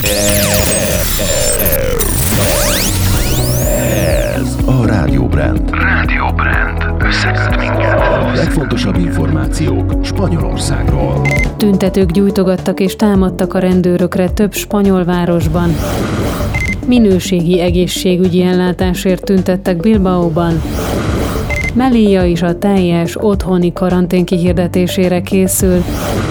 Ez a Rádió Brand. Rádió Brand. Összeköt minket. A legfontosabb információk Spanyolországról. Tüntetők gyújtogattak és támadtak a rendőrökre több spanyol városban. Minőségi egészségügyi ellátásért tüntettek Bilbaóban. Melilla is a teljes otthoni karantén kihirdetésére készül.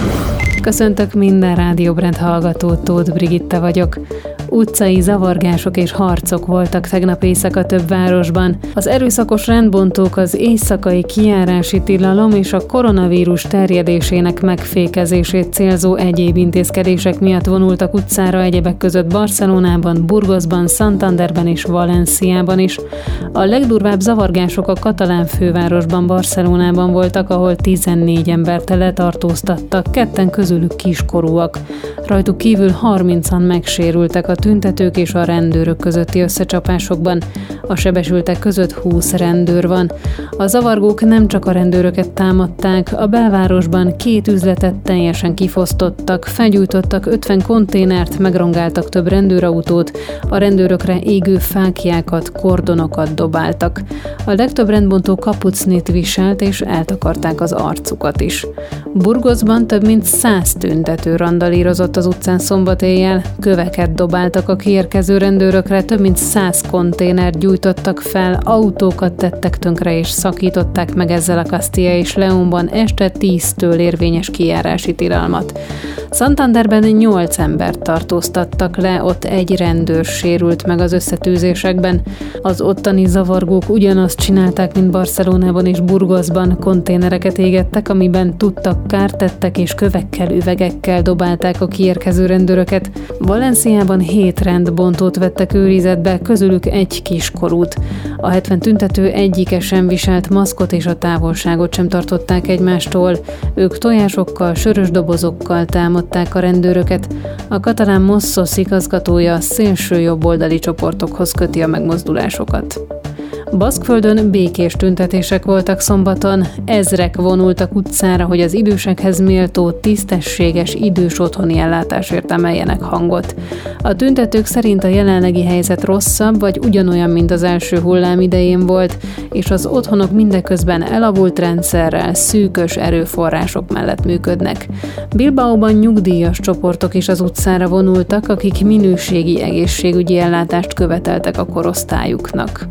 Köszöntök minden Rádió Brand hallgatót, Tóth Brigitta vagyok. Utcai zavargások és harcok voltak tegnap éjszaka több városban. Az erőszakos rendbontók, az éjszakai kijárási tilalom és a koronavírus terjedésének megfékezését célzó egyéb intézkedések miatt vonultak utcára, egyebek között Barcelonában, Burgosban, Santanderben és Valenciában is. A legdurvább zavargások a katalán fővárosban, Barcelonában voltak, ahol 14 embert letartóztattak, ketten közülük kiskorúak. Rajtuk kívül 30-an megsérültek a tüntetők és a rendőrök közötti összecsapásokban. A sebesültek között 20 rendőr van. A zavargók nem csak a rendőröket támadták, a belvárosban 2 üzletet teljesen kifosztottak, felgyújtottak 50 konténert, megrongáltak több rendőrautót, a rendőrökre égő fáklyákat, kordonokat dobáltak. A legtöbb rendbontó kapucnit viselt és eltakarták az arcukat is. Burgosban több mint 100 tüntető randalírozott az utcán szombat éjjel, köveket dobáltak a kiérkező rendőrökre, több mint 100 konténert gyújtottak fel, autókat tettek tönkre és szakították meg ezzel a Castilla és Leónban este 10-től érvényes kijárási tilalmat. Santanderben 8 embert tartóztattak le, ott 1 rendőr sérült meg az összetűzésekben. Az ottani zavargók ugyanazt csinálták, mint Barcelonában és Burgosban, konténereket égettek, amiben tudtak, kárt tettek és kövekkel, üvegekkel dobálták a kiérkező rendőröket. Valenciában 7 rendbontót vettek őrizetbe, közülük 1 kiskorút. A 70 tüntető egyike sem viselt maszkot és a távolságot sem tartották egymástól. Ők tojásokkal, sörös dobozokkal támadták a rendőröket. A katalán Mossos igazgatója szélső jobboldali csoportokhoz köti a megmozdulásokat. Baszkföldön békés tüntetések voltak szombaton, ezrek vonultak utcára, hogy az idősekhez méltó, tisztességes idős otthoni ellátásért emeljenek hangot. A tüntetők szerint a jelenlegi helyzet rosszabb, vagy ugyanolyan, mint az első hullám idején volt, és az otthonok mindeközben elavult rendszerrel, szűkös erőforrások mellett működnek. Bilbaóban nyugdíjas csoportok is az utcára vonultak, akik minőségi egészségügyi ellátást követeltek a korosztályuknak.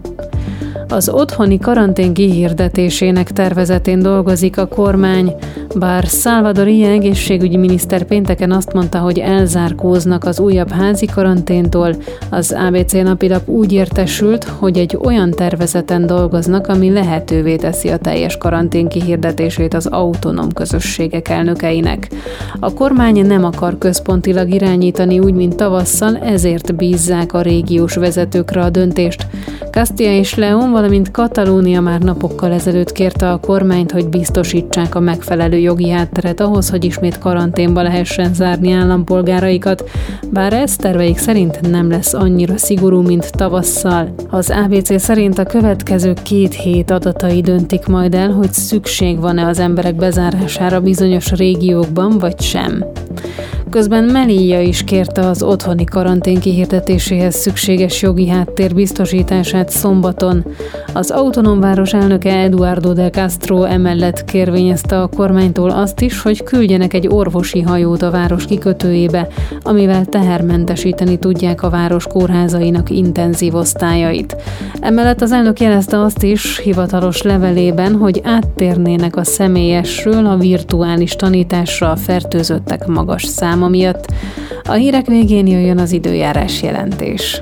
Az otthoni karantén kihirdetésének tervezetén dolgozik a kormány, bár Salvador Illa egészségügyi miniszter pénteken azt mondta, hogy elzárkóznak az újabb házi karanténtól, az ABC napilap úgy értesült, hogy egy olyan tervezeten dolgoznak, ami lehetővé teszi a teljes karantén kihirdetését az autonóm közösségek elnökeinek. A kormány nem akar központilag irányítani úgy, mint tavasszal, ezért bízzák a régiós vezetőkre a döntést. Castilla és León, valamint Katalónia már napokkal ezelőtt kérte a kormányt, hogy biztosítsák a megfelelő jogi hátteret ahhoz, hogy ismét karanténba lehessen zárni állampolgáraikat, bár ez terveik szerint nem lesz annyira szigorú, mint tavasszal. Az ABC szerint a következő 2 hét adatai döntik majd el, hogy szükség van-e az emberek bezárására bizonyos régiókban, vagy sem. Közben Melilla is kérte az otthoni karantén kihirdetéséhez szükséges jogi háttér biztosítását szombaton. Az autonóm város elnöke Eduardo de Castro emellett kérvényezte a kormánytól azt is, hogy küldjenek egy orvosi hajót a város kikötőjébe, amivel tehermentesíteni tudják a város kórházainak intenzív osztályait. Emellett az elnök jelezte azt is hivatalos levelében, hogy áttérnének a személyesről a virtuális tanításra a fertőzöttek magas száma miatt. A hírek végén jöjjön az időjárás jelentés.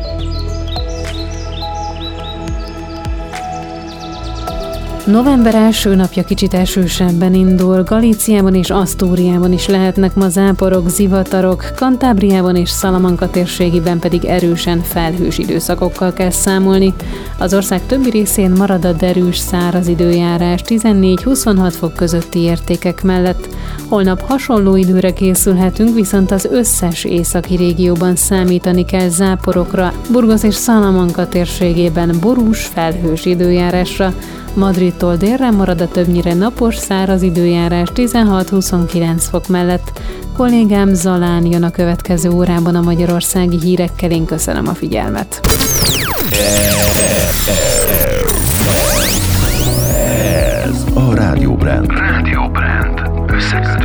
November első napja kicsit esősebben indul, Galíciában és Asztúriában is lehetnek ma záporok, zivatarok, Kantábriában és Salamanca térségében pedig erősen felhős időszakokkal kell számolni. Az ország többi részén marad a derűs, száraz időjárás 14-26 fok közötti értékek mellett. Holnap hasonló időre készülhetünk, viszont az összes északi régióban számítani kell záporokra, Burgos és Salamanca térségében borús, felhős időjárásra. Madridtól délre marad a többnyire napos, száraz időjárás 16-29 fok mellett. Kollégám Zalán jön a következő órában a magyarországi hírekkel, én köszönöm a figyelmet. Ez a Rádió Brand. Rádió Brand.